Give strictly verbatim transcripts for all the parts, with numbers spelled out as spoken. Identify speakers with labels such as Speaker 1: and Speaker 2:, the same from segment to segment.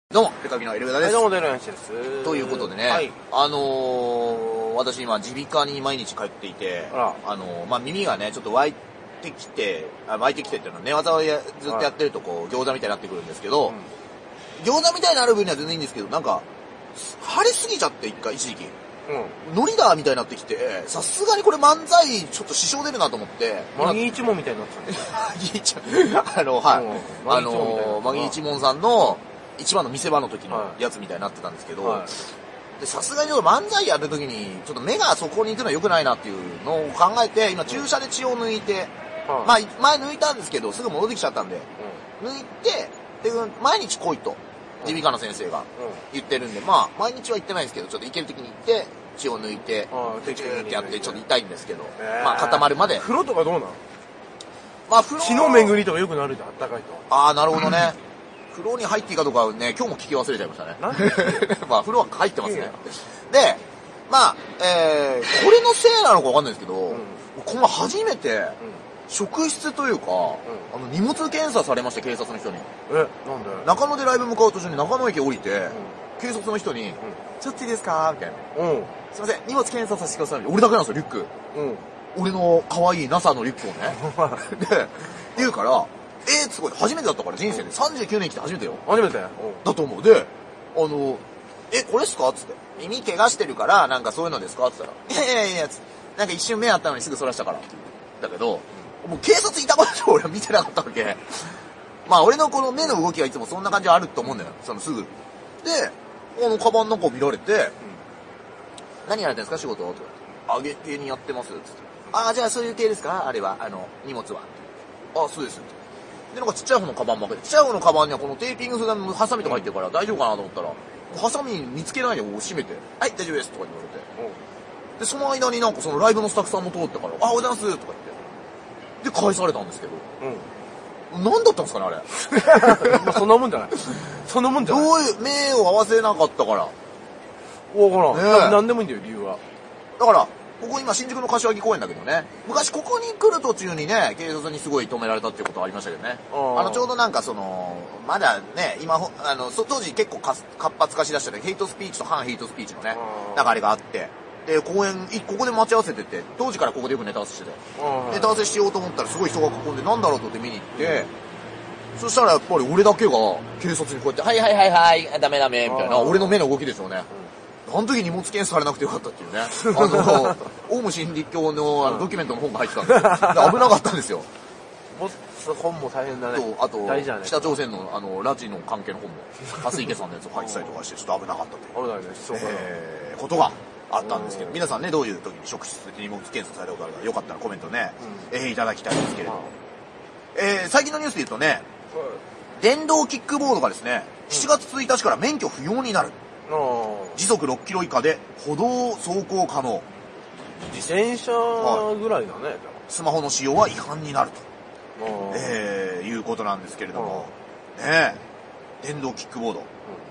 Speaker 1: どうも、デカビのエルベダです。
Speaker 2: はい、どうも、デルヤンシです。
Speaker 1: ということでね、はい、あのー、私今、耳鼻科に毎日通っていて、あ, あのー、まあ、耳がね、ちょっと湧いてきて、あ湧いてきてっていうのは、寝技をやずっとやってると、こう、餃子みたいになってくるんですけど、うん、餃子みたいになる分には全然いいんですけど、なんか、腫れすぎちゃって、一回、一時期。うん。ノリだみたいになってきて、さすがにこれ漫才ちょっと支障出るなと思って。
Speaker 2: マギー一門みたいになってたんです
Speaker 1: マギー一門、あの、はい。うん、あの、マギー一門さんの、一番の見せ場の時のやつみたいになってたんですけど、はい、で、さすがに漫才やる時に、ちょっと目がそこに行くのは良くないなっていうのを考えて、今注射で血を抜いて、うん、まあ、前抜いたんですけど、すぐ戻ってきちゃったんで、うん、抜いて、で、毎日来いと、耳鼻科の先生が言ってるんで、まあ、毎日は行ってないんですけど、ちょっと行ける時に行って、血を抜いて、チューってやって、ちょっと痛いんですけど、えー、まあ、固まるまで。
Speaker 2: 風呂とかどうなの？
Speaker 1: まあ、風呂。
Speaker 2: 血の巡りとか良くなるじゃん、あったかいと。
Speaker 1: ああ、なるほどね。風呂に入っていいかどうかね、今日も聞き忘れちゃいましたね。まあ、風呂は入ってますね。で、まあ、えー、これのせいなのかわかんないですけど、うん、この前初めて、うん、職質というか、うん、あの、荷物検査されまして、警察の人に。
Speaker 2: え、なんで？
Speaker 1: 中野でライブ向かう途中に中野駅降りて、うん、警察の人に、うん、ちょっといいですかみたいな。うん。すいません、荷物検査させてください。俺だけなんですよ、リュック。うん。俺の可愛い ナサ のリュックをね。で、言うから、えー、すごい、初めてだったから、人生で。さんじゅうきゅうねん来て初めてよ。
Speaker 2: 初めて
Speaker 1: だと思う。で、あの、え、これっすかつって。耳怪我してるから、なんかそういうのですかって言ったら、いやいやいや、つって。なんか一瞬目あったのにすぐそらしたから。だけど、もう警察いたこと俺は見てなかったわけ。まあ、俺のこの目の動きはいつもそんな感じはあると思うんだよ。そのすぐ。で、あの、カバンなんかを見られて、うん、何やられてるんですか仕事とか。あげ系にやってますつって。ああ、じゃあそういう系ですかあれは、あの、荷物は。あ、そうです。で、なんかちっちゃい方のカバンも開けて、ちっちゃい方のカバンにはこのテーピングするためのハサミとか入ってるから大丈夫かなと思ったら、ハサミ見つけないでこう閉めて、はい、大丈夫ですとか言われて。で、その間になんかそのライブのスタッフさんも通ってから、あ、おはようございますとか言って。で、返されたんですけど。うん。何だったんですかね、あれ。
Speaker 2: まあそんなもんじゃない。そんなもんじゃない。
Speaker 1: どういう、目を合わせなかったから。
Speaker 2: わからん。何でもいいんだよ、理由は。
Speaker 1: だから、ここ今新宿の柏木公園だけどね、昔ここに来る途中にね、警察にすごい止められたっていうことはありましたけどね。あの、ちょうどなんかその、まだね、今、あの、当時結構活発化しだしたね、ヘイトスピーチと反ヘイトスピーチのね、なんかあれがあって、で、公園、ここで待ち合わせてて、当時からここでよくネタ合わせしてて、ネタ合わせしようと思ったらすごい人が囲んで、なんだろうと思って見に行って、そしたらやっぱり俺だけが警察にこうやって、はいはいはいはい、ダメダメ、みたいな、俺の目の動きですよね。あの時荷物検査されなくてよかったっていうね。あの、オウム真理教のあのドキュメントの本が入ってたんですよ。危なかったんですよ。
Speaker 2: 本も大変だね。
Speaker 1: あと、北朝鮮のあの、拉致の関係の本も、蓮池さんのやつを入ってたりとかして、ちょっと危なかったという。
Speaker 2: 危ないね、そうか。
Speaker 1: えー、ことがあったんですけど、皆さんね、どういう時に職質で荷物検査されたことあるか、よかったらコメントね、うん、えー、いただきたいんですけれども。えー、最近のニュースで言うとね、電動キックボードがですね、しちがつついたちから免許不要になる。時速ろっキロ以下で歩道走行可能。
Speaker 2: 自転車ぐらいだね、はい、
Speaker 1: スマホの使用は違反になると、えー、いうことなんですけれどもねえ、電動キックボード、うん、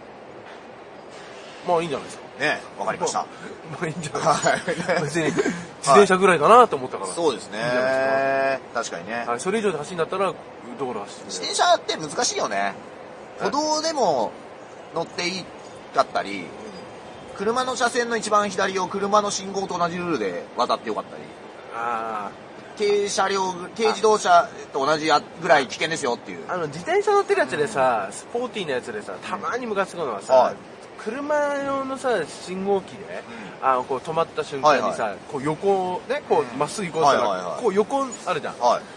Speaker 2: まあいいんじゃないですか
Speaker 1: ねえ、わかりました。
Speaker 2: まあいいんじゃないですか。別に自転車ぐらいかなと思ったから、はい、
Speaker 1: そうですね、いいんじゃないですか。確かにね、
Speaker 2: はい、それ以上で走るんだったら道路走って、
Speaker 1: 自転車って難しいよね。歩道でも乗っていいだったり、車の車線の一番左を車の信号と同じルールで渡ってよかったり、あ軽車両、軽自動車と同じぐらい危険ですよっていう。
Speaker 2: あの自転車乗ってるやつでさ、スポーティーなやつでさ、たまにムカつくのはさ、はい、車用のさ信号機で、うん、あこう止まった瞬間にさ、はいはい、こう横ねこうまっすぐ行こうとしたら、はいはいはい、こう横あるじゃん。はい、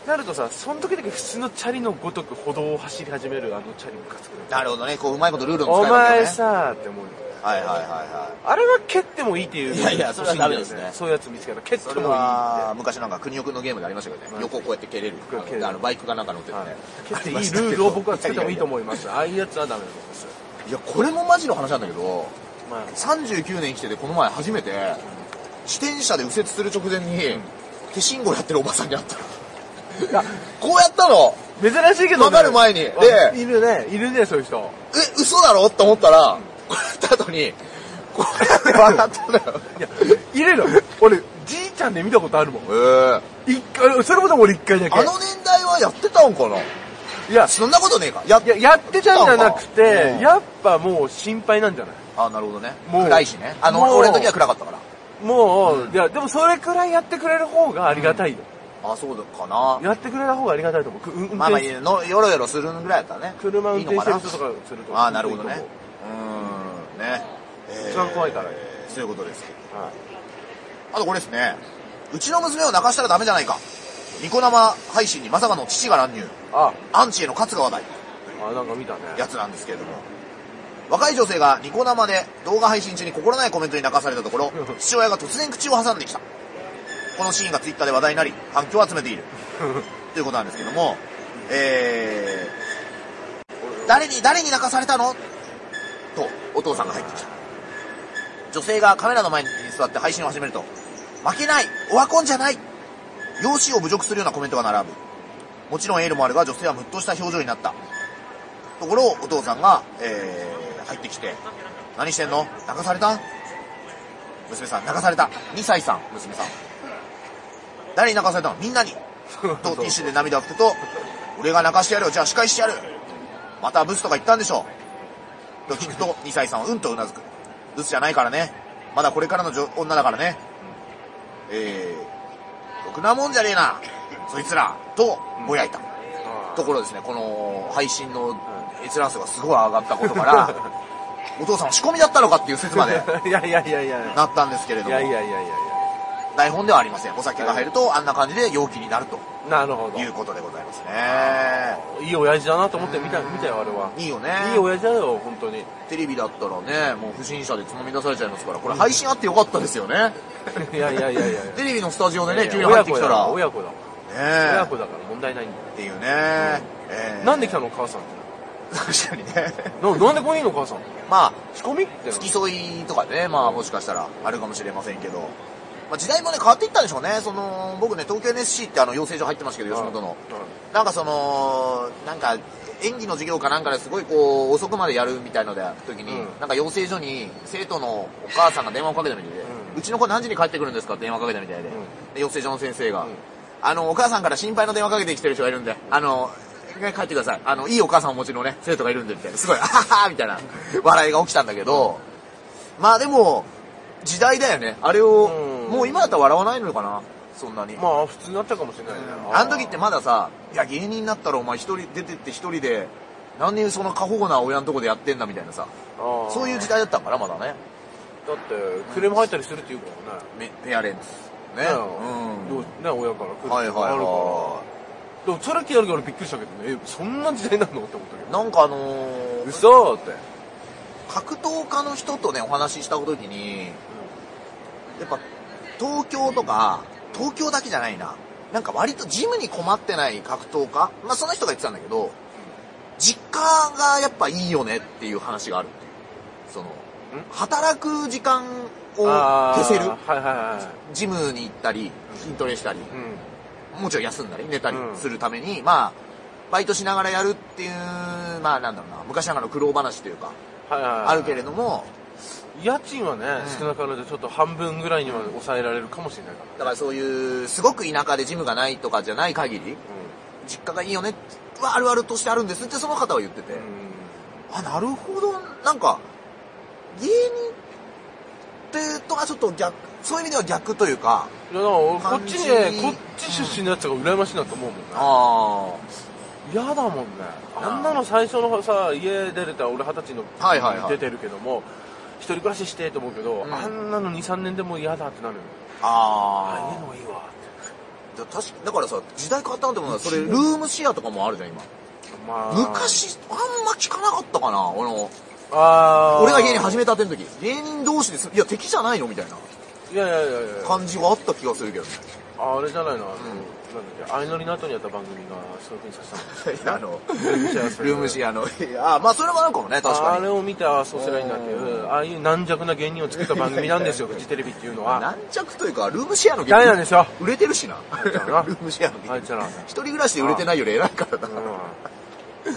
Speaker 2: なるとさ、その時だけ普通のチャリのごとく歩道を走り始めるあのチャリムカつく。
Speaker 1: なるほどね、こううまいことルールの
Speaker 2: 使い方ね。お前さーって思うよ。
Speaker 1: はいはいはいはい。
Speaker 2: あれは蹴ってもいいっていう。
Speaker 1: いやいや、それはダメですね。
Speaker 2: そういうやつ見つけたら蹴ってもいいって。それ
Speaker 1: は昔なんか国尾くんのゲームでありましたけどね。横をこうやって蹴れる。あのバイクかなんか乗っててね。
Speaker 2: 蹴っていいルールを僕はつけてもいいと思います。ああいうやつはダメだと思います。
Speaker 1: いや、これもマジの話なんだけど、さんじゅうきゅうねん生きててこの前初めて自転車で右折する直前に手信号やってるおばさんに会った。いや、こうやったの
Speaker 2: 珍しいけどね。
Speaker 1: わかる前に。で、
Speaker 2: いるね、いるね、そういう人。
Speaker 1: え、嘘だろって思ったら、こうやった後に、こうやって笑ったのよ。
Speaker 2: いや、いるの。俺、じいちゃんで見たことあるもん。
Speaker 1: へぇ。
Speaker 2: 一回、それもでも俺一回だけ。
Speaker 1: あの年代はやってたんかな。
Speaker 2: いや、
Speaker 1: そんなことねえか。や、
Speaker 2: いや、やってたんじゃなくて、
Speaker 1: うん
Speaker 2: やっぱもう心配なんじゃない？
Speaker 1: あ、なるほどね。
Speaker 2: もう
Speaker 1: 暗いしね。あの、
Speaker 2: もう
Speaker 1: 俺の時は暗かったから。
Speaker 2: もう、
Speaker 1: うん
Speaker 2: いや、でもそれくらいやってくれる方がありがたいよ。
Speaker 1: あ、そうだかな。
Speaker 2: やってくれた方がありがたいと思う。く運転
Speaker 1: まあまあいいの、よろよろするぐらいだったらね。
Speaker 2: 車運転してる人と
Speaker 1: か。
Speaker 2: かすると。
Speaker 1: ああ、なるほどね。うーん、ね。えー
Speaker 2: 一番怖いからね。
Speaker 1: そういうことです。
Speaker 2: はい。
Speaker 1: あとこれですね。うちの娘を泣かしたらダメじゃないか。ニコ生配信にまさかの父が乱入。
Speaker 2: あ、
Speaker 1: アンチへの喝が話題。
Speaker 2: あ、なんか見たね。
Speaker 1: やつなんですけれども。若い女性がニコ生で動画配信中に心ないコメントに泣かされたところ、父親が突然口を挟んできた。このシーンがツイッターで話題になり、反響を集めている。ということなんですけども、えー、誰に、誰に泣かされたのと、お父さんが入ってきた。女性がカメラの前に座って配信を始めると、負けない、オワコンじゃない、容姿を侮辱するようなコメントが並ぶ。もちろんエールもあるが、女性はムッとした表情になった。ところをお父さんが、えー、入ってきて、何してんの？泣かされた？娘さん、泣かされた。にさいさん、娘さん。誰に泣かされたの？みんなに。とティッシュで涙を拭くと、俺が泣かしてやるよ、じゃあ仕返してやる。またブスとか言ったんでしょ。と聞くと、にさいさんはうんとうなずく。ブスじゃないからね。まだこれからの女だからね。えー、ろくなもんじゃねえな、そいつら。と、ぼやいた。ところですね、この配信の閲覧数がすごい上がったことから、お父さんは仕込みだったのかっていう説まで
Speaker 2: いやいやいやいや
Speaker 1: なったんですけれども、
Speaker 2: いやいやいやいやいや
Speaker 1: 台本ではありません。お酒が入るとあんな感じで陽気になると
Speaker 2: なるほど
Speaker 1: いうことでございますね。
Speaker 2: いい親父だなと思って見た、見たよあれは。
Speaker 1: いいよね。
Speaker 2: いい親父だよ本当に。
Speaker 1: テレビだったらね、もう不審者でつまみ出されちゃいますから、これ配信あってよかったですよね。
Speaker 2: いやいやいやいや
Speaker 1: テレビのスタジオでね、急に入ってきたら
Speaker 2: 親子だ
Speaker 1: ね
Speaker 2: 親子だから問題ないんだよ
Speaker 1: っていうね、えー
Speaker 2: なんで来たの母さんって
Speaker 1: 確かにね。
Speaker 2: ななんでここにいいの母さん。
Speaker 1: まあ
Speaker 2: 仕込みって
Speaker 1: 付き添いとかでね、まあもしかしたらあるかもしれませんけど、まあ、時代もね変わっていったんでしょうね。その僕ね、東京 エヌエスシー ってあの養成所入ってましたけど、吉本の、なんかそのなんか演技の授業かなんかですごいこう遅くまでやるみたいので時に、うん、なんか養成所に生徒のお母さんが電話をかけたみたいで、うん、うちの子何時に帰ってくるんですかって電話かけたみたいで、うん、で養成所の先生が、うん、あのお母さんから心配の電話かけてきてる人がいるんで、あの帰ってください、あのいいお母さんをお持ちのね生徒がいるんでみたいな、すごいあははみたいな笑いが起きたんだけど、まあでも時代だよねあれを、うん、もう今だったら笑わないのかな、そんなに。
Speaker 2: まあ普通になったかもしれないね、
Speaker 1: うん、あの時ってまださ、いや芸人になったらお前一人出てって一人で何人その過保護な親のとこでやってんだみたいなさ、そういう時代だったからまだね。
Speaker 2: だってクレーム入ったりするっていうからね、
Speaker 1: ペアレンツね、
Speaker 2: うん、ね親から来るってあるから、
Speaker 1: はいはいはい、
Speaker 2: でもそれ聞いた時俺びっくりしたけどね、えそんな時代なのって思ったけど、
Speaker 1: なんかあのー、
Speaker 2: 嘘って
Speaker 1: 格闘家の人とねお話しした時に、やっぱ東京とか東京だけじゃないな、なんか割とジムに困ってない格闘家、まあその人が言ってたんだけど、実家がやっぱいいよねっていう話がある。その働く時間を消せる、
Speaker 2: はいはいはい、
Speaker 1: ジムに行ったり筋トレしたり、うん、もちろん休んだり寝たりするために、うん、まあバイトしながらやるっていう、まあなんだろうな、昔ながらの苦労話というか、はいはいはい、あるけれども、
Speaker 2: 家賃はね、うん、少なからずちょっと半分ぐらいには抑えられるかもしれないから、
Speaker 1: だからそういうすごく田舎でジムがないとかじゃない限り、うん、実家がいいよねはあるあるとしてあるんですってその方は言ってて、うん、あ、なるほど、なんか芸人ってとはちょっと逆、そういう意味では逆というか、
Speaker 2: いやだからこっちね、こっち出身のやつが羨ましいなと思うもんね。ああ、嫌だもんね。あんなの最初のさ、家出れた俺二十歳の出てるけども、はいはいはい、一人暮らししてと思うけど、うん、あんなのにさんねんでも嫌だってなるよ。ああ、家の方がいいわって。
Speaker 1: だ, 確かだからさ、時代変わったなと思うのは、それルームシェアとかもあるじゃん今、まあ、昔あんま聞かなかったかな、俺のあ俺が芸人始めたての時、芸人同士です、いや敵じゃないのみたいない
Speaker 2: やいやいやいや
Speaker 1: 感じがあった気がするけどね。
Speaker 2: あれじゃないの、あの、うん、なんだっけ、相乗りの後にやった番組がそういう風にさせたの。あの
Speaker 1: ルームシェアのあ、まあそれもあるかもね、確かに。
Speaker 2: あれを見て、あそうすりゃいいんだっていう、ああいう軟弱な芸人を作った番組なんですよ、フジテレビっていうのは。
Speaker 1: 軟弱というかルームシェアの芸
Speaker 2: 人なんですよ、
Speaker 1: 売れてるしな。ルームシェアの芸人、あいつら一人暮らしで売れてないより偉いからだから、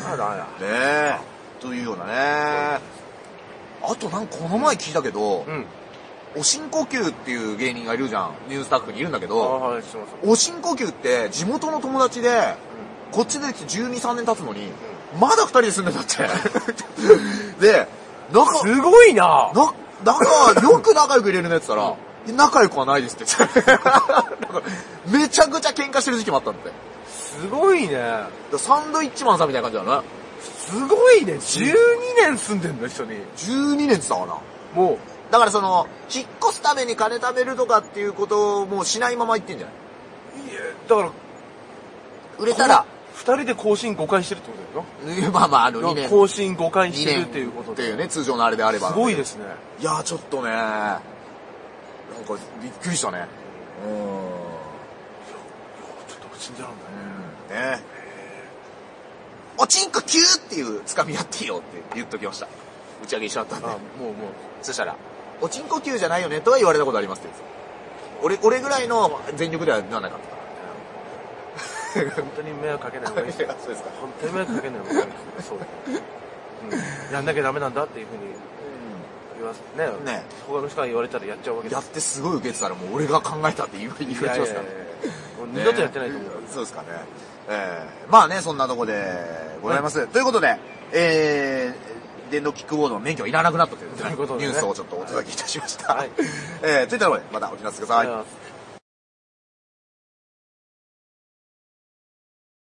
Speaker 1: うん、だねえというようなね。あとなんかこの前聞いたけど、うん、おしんこきゅうっていう芸人がいるじゃん、ニュースタッフにいるんだけど、はい、おしんこきゅうって地元の友達で、 こっち出てきてじゅうに、さんねん経つのに、まだ二人で住んでたって。で、仲、
Speaker 2: すごいな
Speaker 1: な、仲、よく仲良く入れるねって言ったら、仲良くはないですって言ってた。めちゃくちゃ喧嘩してる時期もあったんだって。
Speaker 2: すごいね。
Speaker 1: サンドイッチマンさんみたいな感じだよね。
Speaker 2: すごいね。じゅうにねん住んでんの、一緒に。
Speaker 1: じゅうにねんって言ったかな。
Speaker 2: もう。
Speaker 1: だからその、引っ越すために金貯めるとかっていうことをもうしないまま行ってんじゃない？
Speaker 2: いや、だから、
Speaker 1: 売れたら、
Speaker 2: 二人で更新ごかいしてるってことだよ。
Speaker 1: まあまあ、あのにねん。
Speaker 2: 更新ごかいしてるっていうことで。
Speaker 1: っていうね、通常のあれであれば。
Speaker 2: すごいですね。
Speaker 1: いやー、ちょっとね、なんか、びっくりしたね。うーん。
Speaker 2: ちょっと信じらんない
Speaker 1: ね。おちんこキューっていうつかみやっていいよって言っときました。打ち上げ一緒だったんで。
Speaker 2: あ、もうもう。
Speaker 1: そしたら、おちんこキューじゃないよねとは言われたことありますって言うんですよ。俺、俺ぐらいの全力ではならなかった。
Speaker 2: 本当に迷惑かけない方がいいですよ。
Speaker 1: そうですか。
Speaker 2: 本当に迷惑かけない方がいいですよ。そう。うん。やんなきゃダメなんだっていうふうに言わす、ね。ね。他の人が言われたらやっちゃうわけです。
Speaker 1: やってすごい受けてたらもう俺が考えたって言われちゃいますから。いやいやいや
Speaker 2: 二度とやってないと思う。
Speaker 1: そうですかね。えー、まあね、そんなとこでございます。はい、ということで、えー、電動キックボードの免許いらなくなったという、ね、
Speaker 2: ということで、ね、
Speaker 1: ニュースをちょっとお届けいたしました。はい。えー、といったところでまたお聞きなさいください。